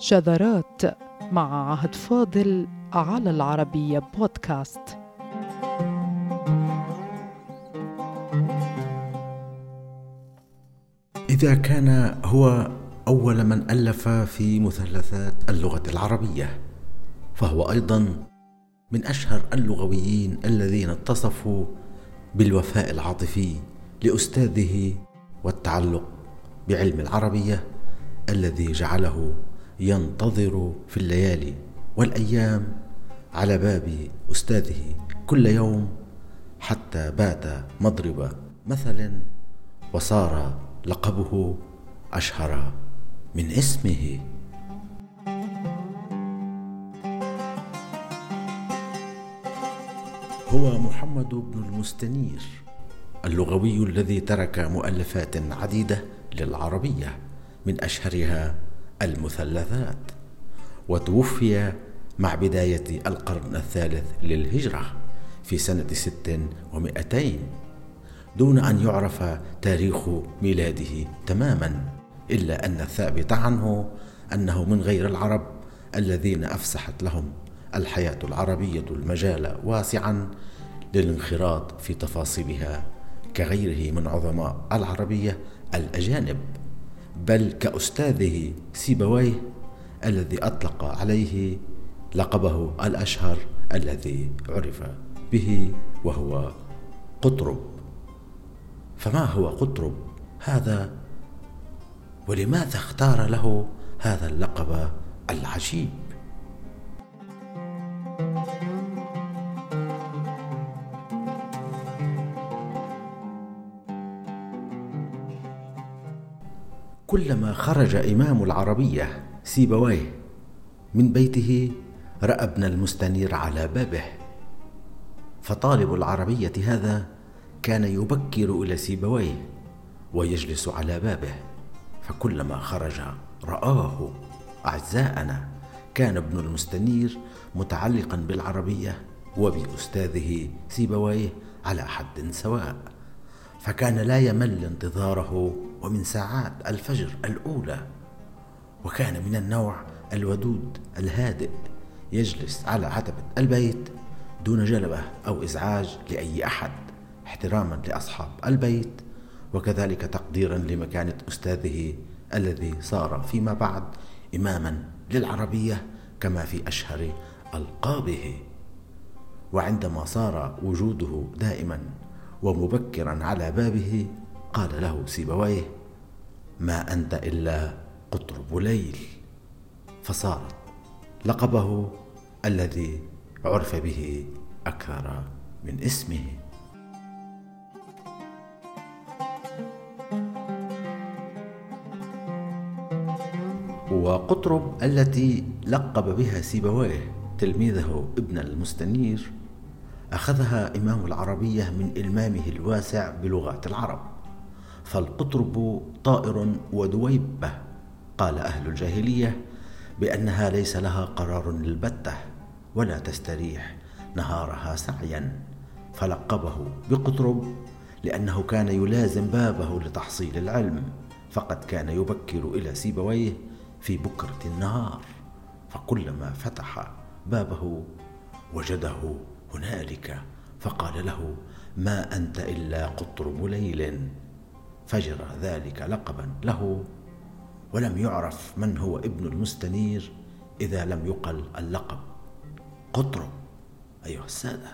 شذرات مع عهد فاضل على العربية بودكاست. إذا كان هو أول من ألف في مثلثات اللغة العربية، فهو أيضا من أشهر اللغويين الذين اتصفوا بالوفاء العاطفي لأستاذه والتعلق بعلم العربية الذي جعله ينتظر في الليالي والأيام على باب أستاذه كل يوم حتى بات مضرب مثل، وصار لقبه أشهر من اسمه. هو محمد بن المستنير اللغوي الذي ترك مؤلفات عديدة للعربية من أشهرها المثلثات، وتوفي مع بداية القرن الثالث للهجرة في سنة 600 دون أن يعرف تاريخ ميلاده تماما، إلا أن الثابت عنه أنه من غير العرب الذين أفسحت لهم الحياة العربية المجال واسعا للانخراط في تفاصيلها كغيره من عظماء العربية الأجانب، بل كأستاذه سيبويه الذي أطلق عليه لقبه الأشهر الذي عرف به، وهو قطرب. فما هو قطرب هذا، ولماذا اختار له هذا اللقب العجيب؟ كلما خرج إمام العربية سيبويه من بيته رأى ابن المستنير على بابه، فطالب العربية هذا كان يبكر إلى سيبويه ويجلس على بابه، فكلما خرج رآه. أعزائنا، كان ابن المستنير متعلقا بالعربية وبأستاذه سيبويه على حد سواء، فكان لا يمل انتظاره ومن ساعات الفجر الأولى، وكان من النوع الودود الهادئ، يجلس على عتبة البيت دون جلبة أو إزعاج لأي أحد، احتراما لأصحاب البيت وكذلك تقديرا لمكانة أستاذه الذي صار فيما بعد إماما للعربية كما في أشهر ألقابه. وعندما صار وجوده دائما ومبكرا على بابه قال له سيبويه: ما أنت إلا قطرب ليل، فصارت لقبه الذي عرف به أكثر من اسمه. وقطرب التي لقب بها سيبويه تلميذه ابن المستنير أخذها إمام العربية من إلمامه الواسع بلغات العرب، فالقطرب طائر ودويبة قال أهل الجاهلية بأنها ليس لها قرار البتة ولا تستريح نهارها سعيا، فلقبه بقطرب لأنه كان يلازم بابه لتحصيل العلم، فقد كان يبكر إلى سيبويه في بكرة النهار، فكلما فتح بابه وجده هنالك، فقال له: ما أنت إلا قطرب ليل، فجر ذلك لقبا له، ولم يعرف من هو ابن المستنير إذا لم يقل اللقب قطرب. أيها السادة،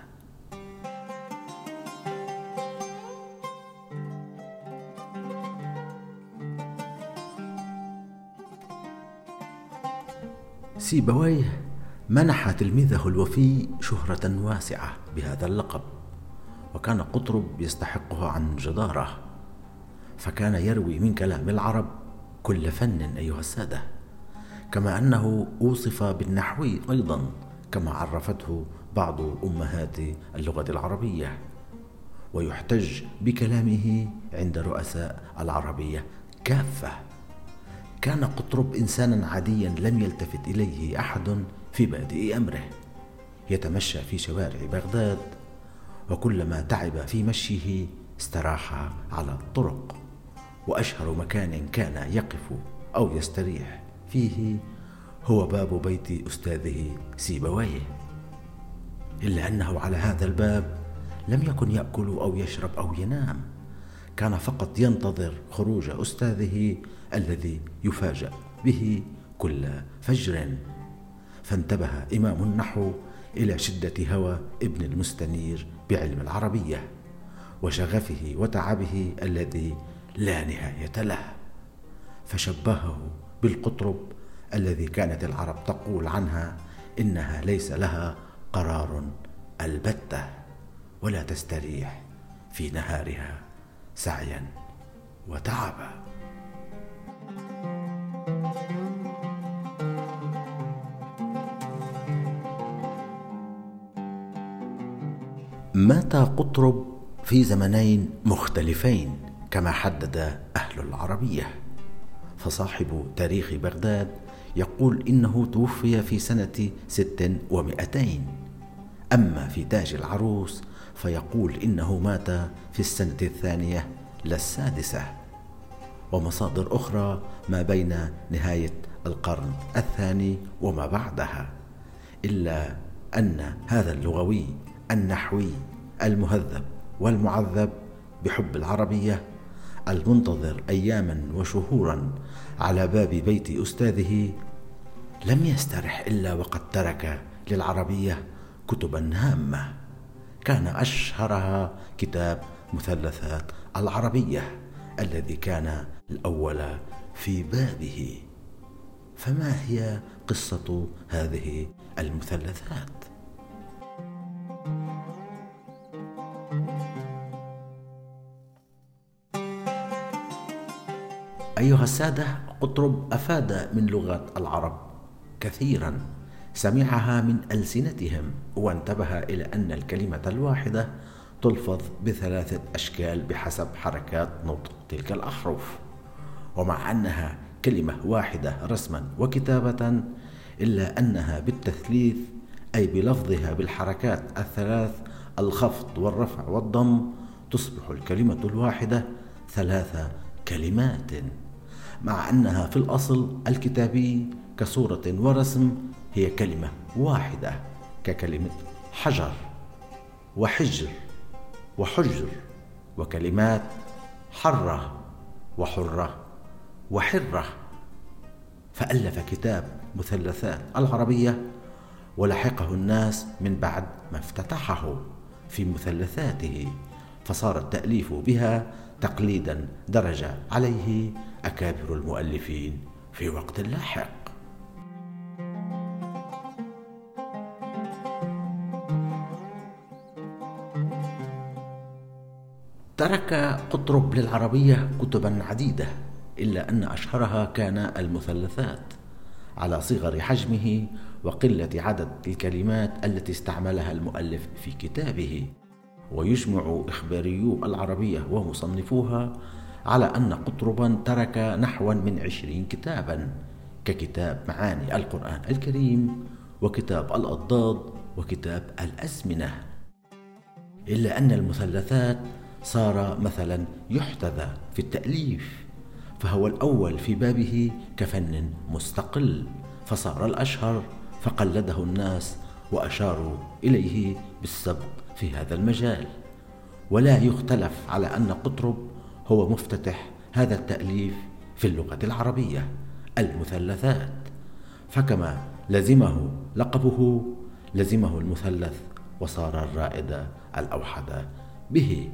سيبويه منح تلميذه الوفي شهرة واسعة بهذا اللقب، وكان قطرب يستحقه عن جدارة، فكان يروي من كلام العرب كل فن أيها السادة، كما أنه أوصف بالنحو أيضا كما عرفته بعض أمهات اللغة العربية، ويحتج بكلامه عند رؤساء العربية كافة. كان قطرب إنسانا عاديا لم يلتفت إليه أحد في بادئ أمره، يتمشى في شوارع بغداد، وكلما تعب في مشيه استراح على الطرق، وأشهر مكان كان يقف أو يستريح فيه هو باب بيت أستاذه سيبويه، إلا أنه على هذا الباب لم يكن يأكل أو يشرب أو ينام، كان فقط ينتظر خروج أستاذه الذي يفاجأ به كل فجر. فانتبه إمام النحو إلى شدة هوى ابن المستنير بعلم العربية وشغفه وتعبه الذي لا نهاية له، فشبهه بالقطرب الذي كانت العرب تقول عنها إنها ليس لها قرار البتة ولا تستريح في نهارها سعيا وتعبا. مات قطرب في زمنين مختلفين كما حدد أهل العربية، فصاحب تاريخ بغداد يقول إنه توفي في سنة 600، أما في تاج العروس فيقول إنه مات في السنة 2 لا 6، ومصادر أخرى ما بين نهاية القرن 2 وما بعدها، إلا أن هذا اللغوي النحوي المهذب والمعذب بحب العربية المنتظر أياما وشهورا على باب بيت أستاذه لم يسترح إلا وقد ترك للعربية كتبا هامة، كان أشهرها كتاب مثلثات العربية الذي كان الأول في بابه. فما هي قصة هذه المثلثات؟ أيها السادة، قطرب أفاد من لغة العرب كثيرا، سمعها من ألسنتهم وانتبه إلى أن الكلمة الواحدة تلفظ ب3 أشكال بحسب حركات نطق تلك الأحرف، ومع أنها كلمة واحدة رسما وكتابة إلا أنها بالتثليث أي بلفظها بالحركات ال3 الخفض والرفع والضم تصبح الكلمة الواحدة 3 كلمات، مع أنها في الأصل الكتابي كصورة ورسم هي كلمة واحدة ككلمة حجر وحجر وحجر، وكلمات حرة وحرة وحرة. فألف كتاب مثلثات العربية ولحقه الناس من بعد ما افتتحه في مثلثاته، فصار التأليف بها تقليدا درج عليه أكابر المؤلفين في وقت لاحق. ترك قطرب للعربية كتبا عديدة، إلا أن أشهرها كان المثلثات على صغر حجمه وقلة عدد الكلمات التي استعملها المؤلف في كتابه. ويجمع إخباريو العربية ومصنفوها على أن قطربا ترك نحو من 20 كتابا، ككتاب معاني القرآن الكريم وكتاب الأضداد وكتاب الأزمنة، إلا أن المثلثات صار مثلا يحتذى في التأليف، فهو الأول في بابه كفن مستقل، فصار الأشهر فقلده الناس وأشاروا إليه بالسبق في هذا المجال. ولا يختلف على أن قطرب هو مفتتح هذا التأليف في اللغة العربية المثلثات، فكما لزمه لقبه لزمه المثلث وصار الرائد الأوحد به.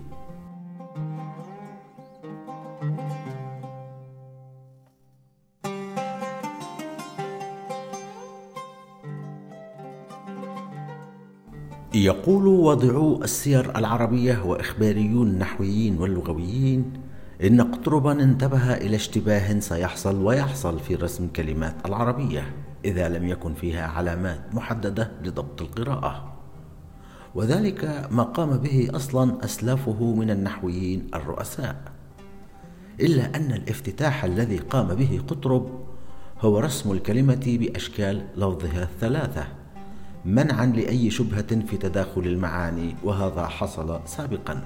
يقول واضعو السير العربية وإخباريون النحويين واللغويين إن قطربا انتبه إلى اشتباه سيحصل ويحصل في رسم كلمات العربية إذا لم يكن فيها علامات محددة لضبط القراءة، وذلك ما قام به أصلا أسلافه من النحويين الرؤساء، إلا أن الافتتاح الذي قام به قطرب هو رسم الكلمة بأشكال لفظها 3 منعا لأي شبهة في تداخل المعاني، وهذا حصل سابقا،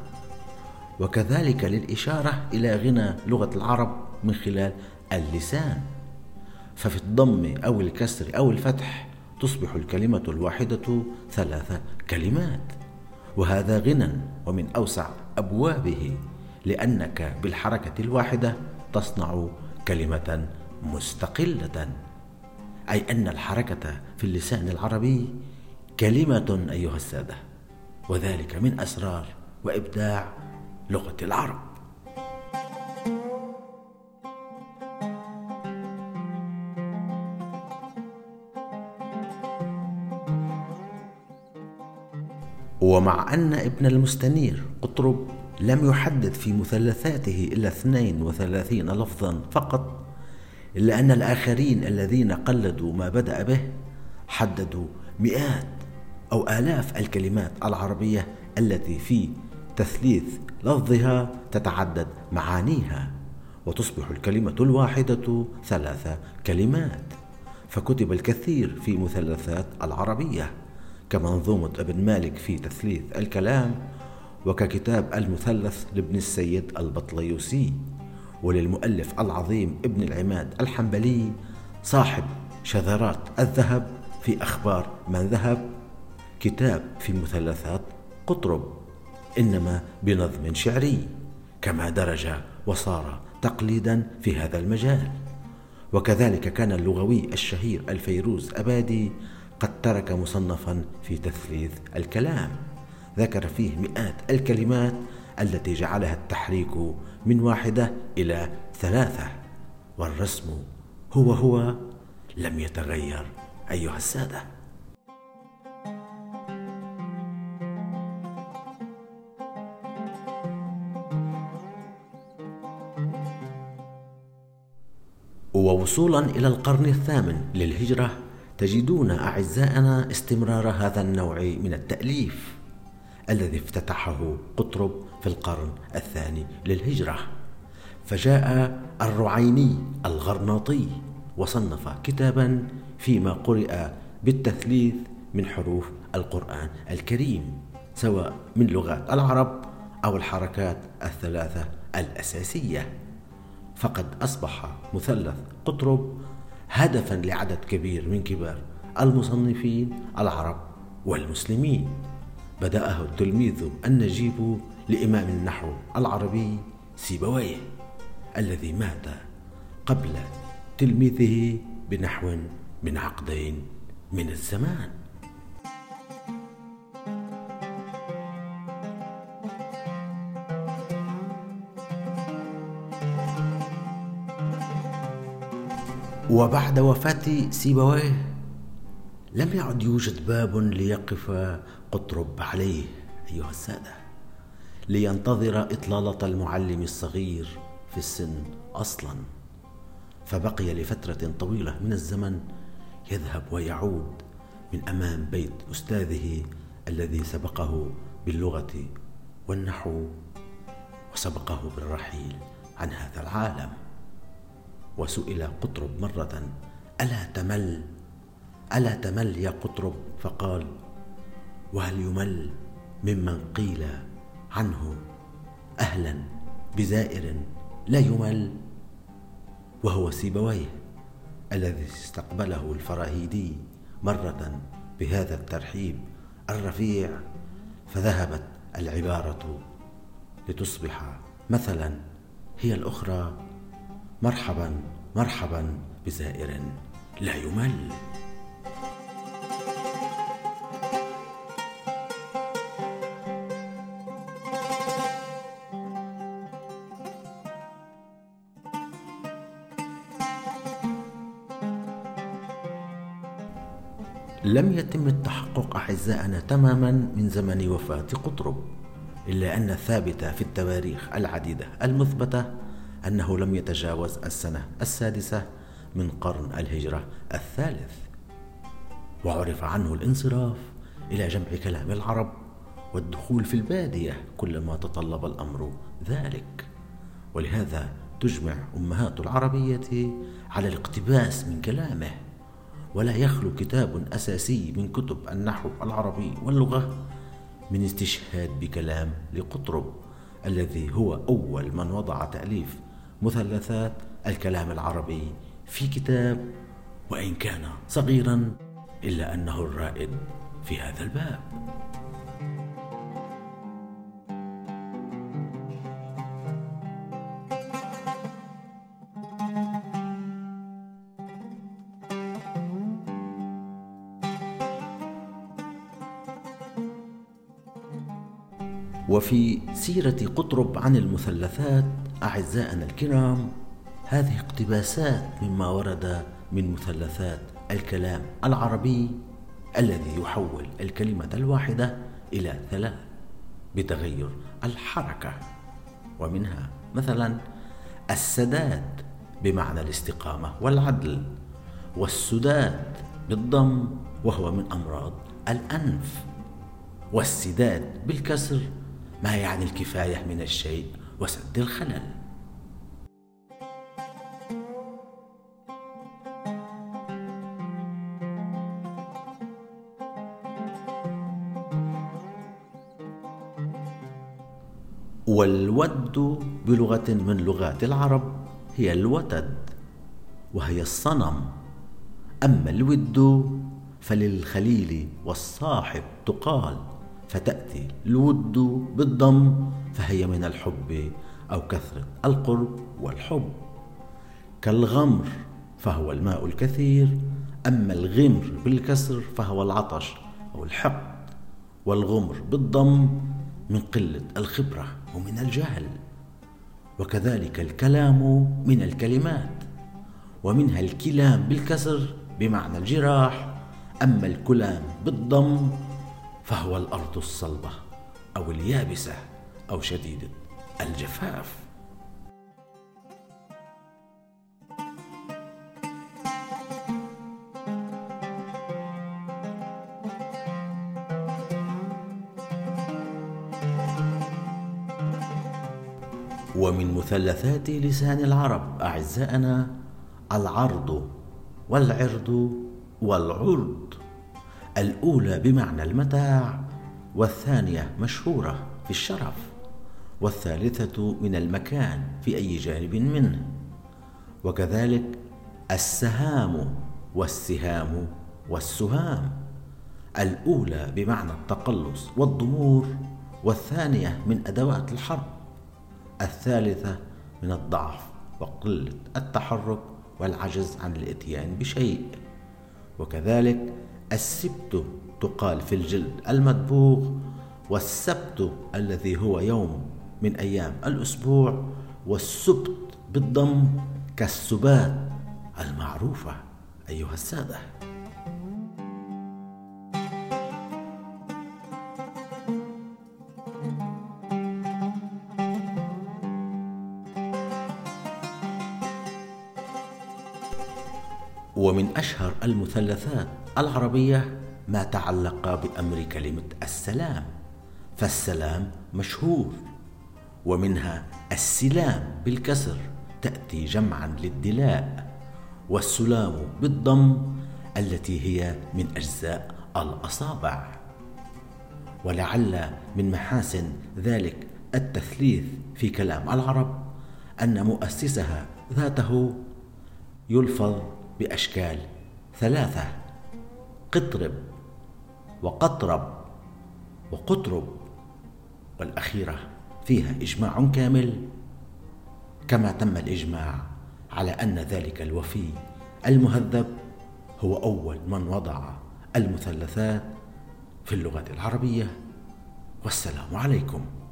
وكذلك للإشارة إلى غنى لغة العرب من خلال اللسان. ففي الضم أو الكسر أو الفتح تصبح الكلمة الواحدة 3 كلمات، وهذا غنى ومن أوسع أبوابه، لأنك بالحركة الواحدة تصنع كلمة مستقلة، أي أن الحركة في اللسان العربي كلمة أيها السادة، وذلك من أسرار وإبداع لغة العرب. ومع أن ابن المستنير قطرب لم يحدد في مثلثاته إلا 32 لفظا فقط، إلا أن الآخرين الذين قلدوا ما بدأ به حددوا مئات أو آلاف الكلمات العربية التي في تثليث لفظها تتعدد معانيها، وتصبح الكلمة الواحدة 3 كلمات. فكتب الكثير في مثلثات العربية كمنظومة ابن مالك في تثليث الكلام، وككتاب المثلث لابن السيد البطليوسي، وللمؤلف العظيم ابن العماد الحنبلي صاحب شذرات الذهب في أخبار من ذهب كتاب في مثلثات قطرب، إنما بنظم شعري، كما درج وصار تقليدا في هذا المجال. وكذلك كان اللغوي الشهير الفيروز أبادي قد ترك مصنفا في تثليث الكلام ذكر فيه مئات الكلمات التي جعلها التحريك من 1 إلى 3، والرسم هو لم يتغير أيها السادة. ووصولا إلى القرن الثامن للهجرة تجدون أعزائنا استمرار هذا النوع من التأليف الذي افتتحه قطرب في القرن الثاني للهجرة، فجاء الرعيني الغرناطي وصنف كتابا فيما قرئ بالتثليث من حروف القرآن الكريم، سواء من لغات العرب أو الحركات ال3 الأساسية. فقد أصبح مثلث قطرب هدفا لعدد كبير من كبار المصنفين العرب والمسلمين، بدأه التلميذ النجيب لإمام النحو العربي سيبويه الذي مات قبل تلميذه بنحو من عقدين من الزمان. وبعد وفاة سيبويه لم يعد يوجد باب ليقف قطرب عليه أيها السادة، لينتظر إطلالة المعلم الصغير في السن أصلا، فبقي لفترة طويلة من الزمن يذهب ويعود من أمام بيت أستاذه الذي سبقه باللغة والنحو وسبقه بالرحيل عن هذا العالم. وسئل قطرب مرة: ألا تمل يا قطرب؟ فقال: وهل يمل ممن قيل عنه أهلا بزائر لا يمل؟ وهو سيبويه الذي استقبله الفراهيدي مرة بهذا الترحيب الرفيع، فذهبت العبارة لتصبح مثلا هي الأخرى: مرحبا مرحبا بزائر لا يمل. لم يتم التحقق أعزائنا تماما من زمن وفاة قطرب، إلا أن الثابت في التواريخ العديدة المثبتة أنه لم يتجاوز السنة 6 من قرن الهجرة 3، وعرف عنه الانصراف إلى جمع كلام العرب والدخول في البادية كلما تطلب الأمر ذلك. ولهذا تجمع أمهات العربية على الاقتباس من كلامه، ولا يخلو كتاب أساسي من كتب النحو العربي واللغة من استشهاد بكلام لقطرب الذي هو أول من وضع تأليف مثلثات الكلام العربي في كتاب، وإن كان صغيرا إلا أنه الرائد في هذا الباب. وفي سيرة قطرب عن المثلثات أعزائنا الكرام هذه اقتباسات مما ورد من مثلثات الكلام العربي الذي يحول الكلمة الواحدة إلى 3 بتغير الحركة. ومنها مثلا السداد بمعنى الاستقامة والعدل، والسداد بالضم وهو من أمراض الأنف، والسداد بالكسر ما يعني الكفاية من الشيء وسد الخلل. والود بلغة من لغات العرب هي الوتد، وهي الصنم. أما الود فللخليل والصاحب تقال، فتأتي الود بالضم فهي من الحب أو كثرة القرب والحب. كالغمر فهو الماء الكثير، أما الغمر بالكسر فهو العطش أو الحقد، والغمر بالضم من قلة الخبرة ومن الجهل. وكذلك الكلام من الكلمات، ومنها الكلام بالكسر بمعنى الجراح، أما الكلام بالضم فهو الأرض الصلبة أو اليابسة أو شديدة الجفاف. ومن مثلثات لسان العرب أعزائنا العرض والعرض والعرض، الأولى بمعنى المتاع، والثانية مشهورة في الشرف، والثالثة من المكان في أي جانب منه. وكذلك السهام والسهام والسهام، الأولى بمعنى التقلص والضمور، والثانية من أدوات الحرب، الثالثة من الضعف وقلة التحرك والعجز عن الإتيان بشيء. وكذلك السبت تقال في الجلد المدبوغ، والسبت الذي هو يوم من أيام الأسبوع، والسبت بالضم كالسبات المعروفة أيها السادة. ومن أشهر المثلثات العربية ما تعلق بأمر كلمة السلام، فالسلام مشهور. ومنها السلام بالكسر تأتي جمعا للدلاء، والسلام بالضم التي هي من أجزاء الأصابع. ولعل من محاسن ذلك التثليث في كلام العرب أن مؤسسها ذاته يلفظ بأشكال 3: قطرب وقطرب وقطرب، والأخيرة فيها إجماع كامل، كما تم الإجماع على أن ذلك الوفي المهذب هو أول من وضع المثلثات في اللغة العربية. والسلام عليكم.